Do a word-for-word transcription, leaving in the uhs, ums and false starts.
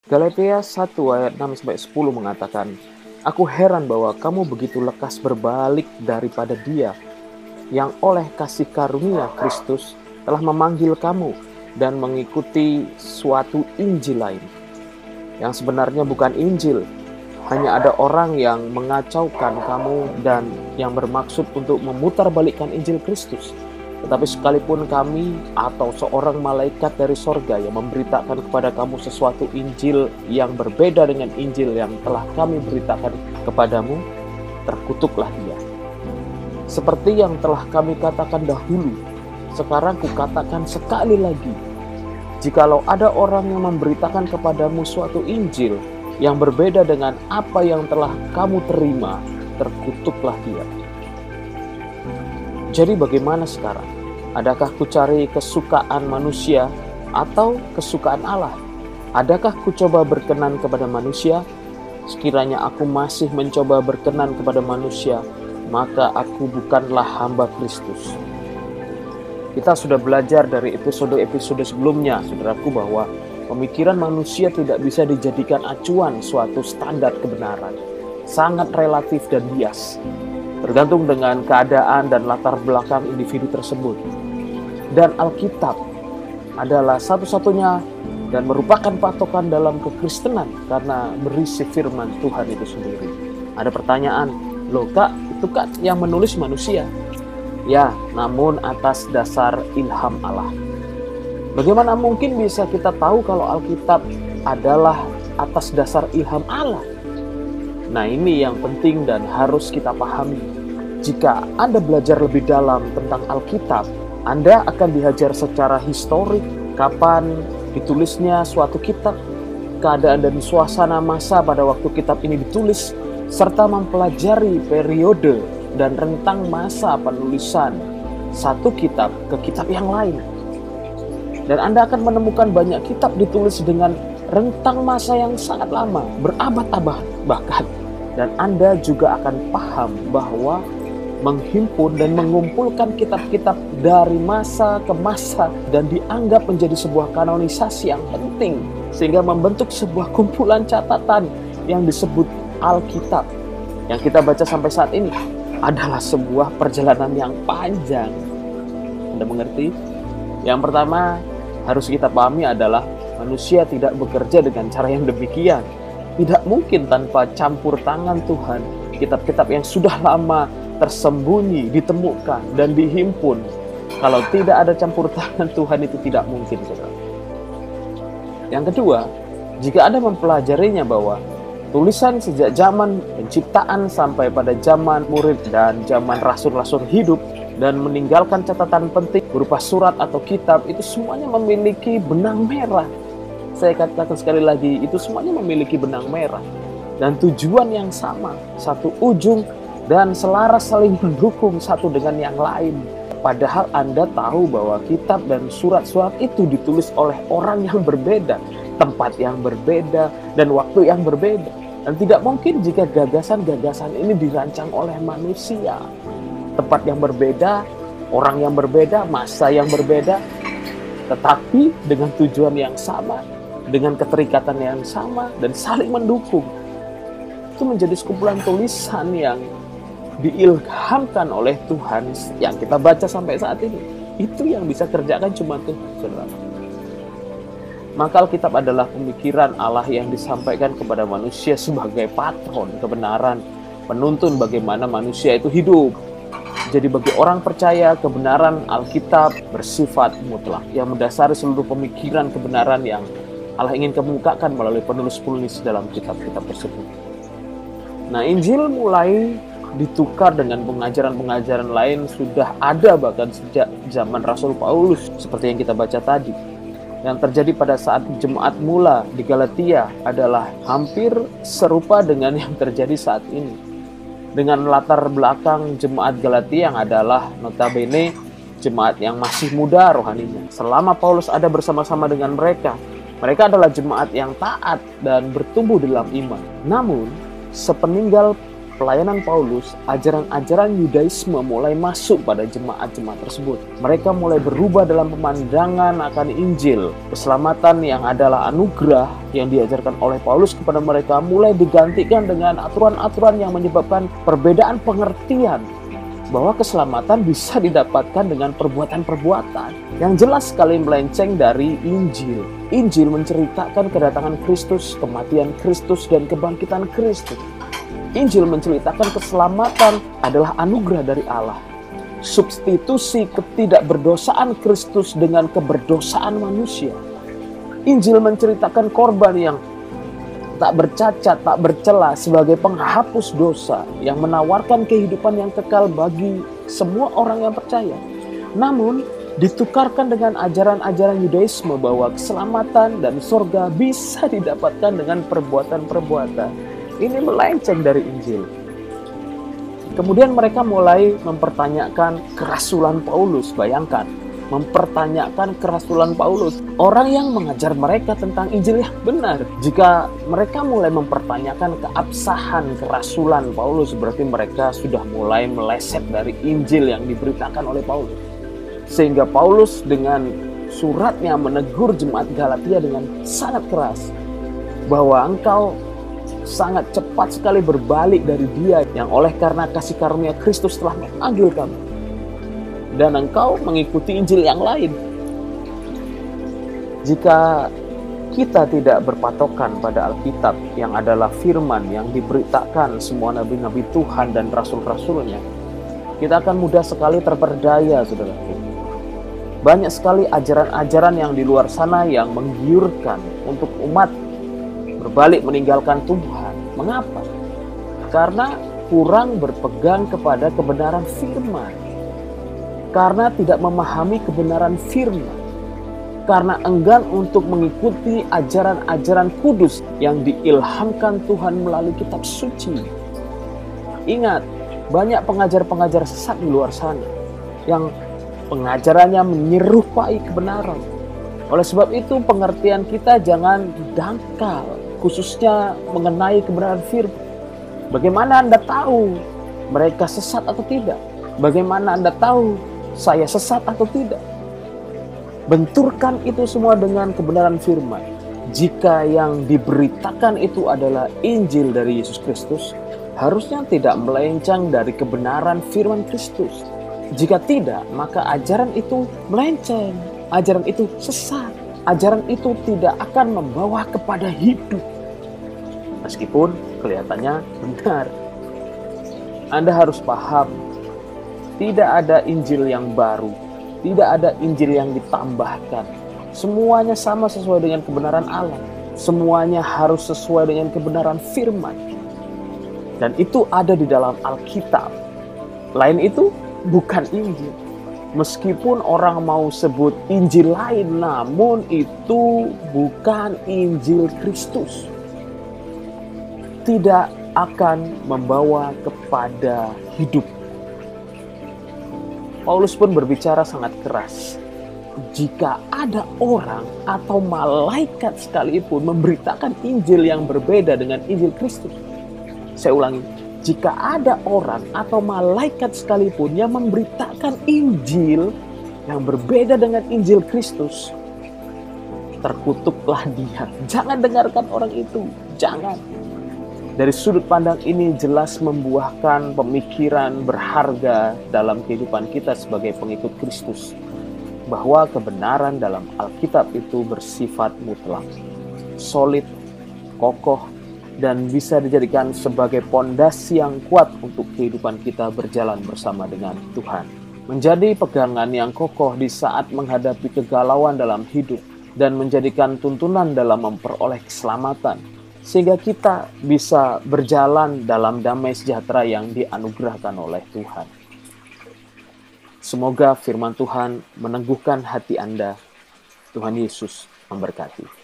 Galatia satu ayat enam sampai sepuluh mengatakan, "Aku heran bahwa kamu begitu lekas berbalik daripada Dia yang oleh kasih karunia Kristus telah memanggil kamu dan mengikuti suatu Injil lain, yang sebenarnya bukan Injil. Hanya ada orang yang mengacaukan kamu dan yang bermaksud untuk memutarbalikkan Injil Kristus. Tetapi sekalipun kami atau seorang malaikat dari sorga yang memberitakan kepada kamu sesuatu Injil yang berbeda dengan Injil yang telah kami beritakan kepadamu, terkutuklah dia. Seperti yang telah kami katakan dahulu, sekarang kukatakan sekali lagi, jikalau ada orang yang memberitakan kepadamu suatu Injil yang berbeda dengan apa yang telah kamu terima, terkutuklah dia." Jadi bagaimana sekarang? Adakah ku cari kesukaan manusia atau kesukaan Allah? Adakah ku coba berkenan kepada manusia? Sekiranya aku masih mencoba berkenan kepada manusia, maka aku bukanlah hamba Kristus. Kita sudah belajar dari episode-episode sebelumnya, saudaraku, bahwa pemikiran manusia tidak bisa dijadikan acuan suatu standar kebenaran. Sangat relatif dan bias, tergantung dengan keadaan dan latar belakang individu tersebut. Dan Alkitab adalah satu-satunya dan merupakan patokan dalam kekristenan karena berisi firman Tuhan itu sendiri. Ada pertanyaan, loh kak, itu kan yang menulis manusia? Ya, namun atas dasar ilham Allah. Bagaimana mungkin bisa kita tahu kalau Alkitab adalah atas dasar ilham Allah? Nah, ini yang penting dan harus kita pahami. Jika Anda belajar lebih dalam tentang Alkitab, Anda akan diajar secara historik kapan ditulisnya suatu kitab, keadaan dan suasana masa pada waktu kitab ini ditulis, serta mempelajari periode dan rentang masa penulisan satu kitab ke kitab yang lain. Dan Anda akan menemukan banyak kitab ditulis dengan rentang masa yang sangat lama, berabad-abad bahkan. Dan Anda juga akan paham bahwa menghimpun dan mengumpulkan kitab-kitab dari masa ke masa dan dianggap menjadi sebuah kanonisasi yang penting, sehingga membentuk sebuah kumpulan catatan yang disebut Alkitab. Yang kita baca sampai saat ini adalah sebuah perjalanan yang panjang. Anda mengerti? Yang pertama harus kita pahami adalah manusia tidak bekerja dengan cara yang demikian. Tidak mungkin tanpa campur tangan Tuhan, kitab-kitab yang sudah lama tersembunyi, ditemukan, dan dihimpun. Kalau tidak ada campur tangan Tuhan, itu tidak mungkin, saudara. Yang kedua, jika Anda mempelajarinya bahwa tulisan sejak zaman penciptaan sampai pada zaman murid dan zaman rasul-rasul hidup dan meninggalkan catatan penting berupa surat atau kitab, itu semuanya memiliki benang merah. Saya katakan sekali lagi, itu semuanya memiliki benang merah dan tujuan yang sama, satu ujung dan selaras saling mendukung satu dengan yang lain. Padahal Anda tahu bahwa kitab dan surat-surat itu ditulis oleh orang yang berbeda, tempat yang berbeda, dan waktu yang berbeda. Dan tidak mungkin jika gagasan-gagasan ini dirancang oleh manusia. Tempat yang berbeda, orang yang berbeda, masa yang berbeda, tetapi dengan tujuan yang sama, dengan keterikatan yang sama, dan saling mendukung. Itu menjadi sekumpulan tulisan yang diilhamkan oleh Tuhan yang kita baca sampai saat ini. Itu yang bisa kerjakan cuma Tuhan, saudara. Maka Alkitab adalah pemikiran Allah yang disampaikan kepada manusia sebagai patron kebenaran, penuntun bagaimana manusia itu hidup. Jadi bagi orang percaya, kebenaran Alkitab bersifat mutlak yang mendasari seluruh pemikiran kebenaran yang Allah ingin kemukakan melalui penulis-penulis dalam kitab-kitab tersebut. Nah, Injil mulai ditukar dengan pengajaran-pengajaran lain sudah ada bahkan sejak zaman Rasul Paulus seperti yang kita baca tadi. Yang terjadi pada saat jemaat mula di Galatia adalah hampir serupa dengan yang terjadi saat ini. Dengan latar belakang jemaat Galatia yang adalah notabene jemaat yang masih muda rohaninya. Selama Paulus ada bersama-sama dengan mereka, mereka adalah jemaat yang taat dan bertumbuh dalam iman. Namun, sepeninggal pelayanan Paulus, ajaran-ajaran Yudaisme mulai masuk pada jemaat-jemaat tersebut. Mereka mulai berubah dalam pemandangan akan Injil. Keselamatan yang adalah anugerah yang diajarkan oleh Paulus kepada mereka mulai digantikan dengan aturan-aturan yang menyebabkan perbedaan pengertian bahwa keselamatan bisa didapatkan dengan perbuatan-perbuatan yang jelas sekali melenceng dari Injil. Injil menceritakan kedatangan Kristus, kematian Kristus, dan kebangkitan Kristus. Injil menceritakan keselamatan adalah anugerah dari Allah. Substitusi ketidakberdosaan Kristus dengan keberdosaan manusia. Injil menceritakan korban yang tak bercacat, tak bercela sebagai penghapus dosa yang menawarkan kehidupan yang kekal bagi semua orang yang percaya. Namun, ditukarkan dengan ajaran-ajaran Yudaisme bahwa keselamatan dan surga bisa didapatkan dengan perbuatan-perbuatan. Ini melenceng dari Injil. Kemudian mereka mulai mempertanyakan kerasulan Paulus. Bayangkan, mempertanyakan kerasulan Paulus. Orang yang mengajar mereka tentang Injil yang benar. Jika mereka mulai mempertanyakan keabsahan kerasulan Paulus, berarti mereka sudah mulai meleset dari Injil yang diberitakan oleh Paulus. Sehingga Paulus dengan suratnya menegur jemaat Galatia dengan sangat keras bahwa engkau sangat cepat sekali berbalik dari Dia yang oleh karena kasih karunia Kristus telah memanggil kamu, dan engkau mengikuti Injil yang lain. Jika kita tidak berpatokan pada Alkitab yang adalah firman yang diberitakan semua nabi-nabi Tuhan dan rasul-rasulnya, kita akan mudah sekali terperdaya, saudaraku. Banyak sekali ajaran-ajaran yang di luar sana yang menggiurkan untuk umat berbalik meninggalkan Tuhan. Mengapa? Karena kurang berpegang kepada kebenaran firman. Karena tidak memahami kebenaran firman, karena enggan untuk mengikuti ajaran-ajaran kudus yang diilhamkan Tuhan melalui kitab suci. Ingat, banyak pengajar-pengajar sesat di luar sana yang pengajarannya menyerupai kebenaran. Oleh sebab itu, pengertian kita jangan dangkal, khususnya mengenai kebenaran firman. Bagaimana Anda tahu mereka sesat atau tidak? Bagaimana Anda tahu saya sesat atau tidak? Benturkan itu semua dengan kebenaran firman. Jika yang diberitakan itu adalah Injil dari Yesus Kristus, harusnya tidak melenceng dari kebenaran firman Kristus. Jika tidak, maka ajaran itu melenceng, ajaran itu sesat, ajaran itu tidak akan membawa kepada hidup. Meskipun kelihatannya benar. Anda harus paham, tidak ada Injil yang baru, tidak ada Injil yang ditambahkan. Semuanya sama sesuai dengan kebenaran Allah. Semuanya harus sesuai dengan kebenaran firman. Dan itu ada di dalam Alkitab. Lain itu bukan Injil. Meskipun orang mau sebut Injil lain, namun itu bukan Injil Kristus. Tidak akan membawa kepada hidup. Paulus pun berbicara sangat keras. Jika ada orang atau malaikat sekalipun memberitakan Injil yang berbeda dengan Injil Kristus. Saya ulangi, jika ada orang atau malaikat sekalipun yang memberitakan Injil yang berbeda dengan Injil Kristus, terkutuklah dia. Jangan dengarkan orang itu, jangan. Dari sudut pandang ini jelas membuahkan pemikiran berharga dalam kehidupan kita sebagai pengikut Kristus. Bahwa kebenaran dalam Alkitab itu bersifat mutlak, solid, kokoh, dan bisa dijadikan sebagai pondasi yang kuat untuk kehidupan kita berjalan bersama dengan Tuhan. Menjadi pegangan yang kokoh di saat menghadapi kegalauan dalam hidup dan menjadikan tuntunan dalam memperoleh keselamatan. Sehingga kita bisa berjalan dalam damai sejahtera yang dianugerahkan oleh Tuhan. Semoga firman Tuhan meneguhkan hati Anda. Tuhan Yesus memberkati.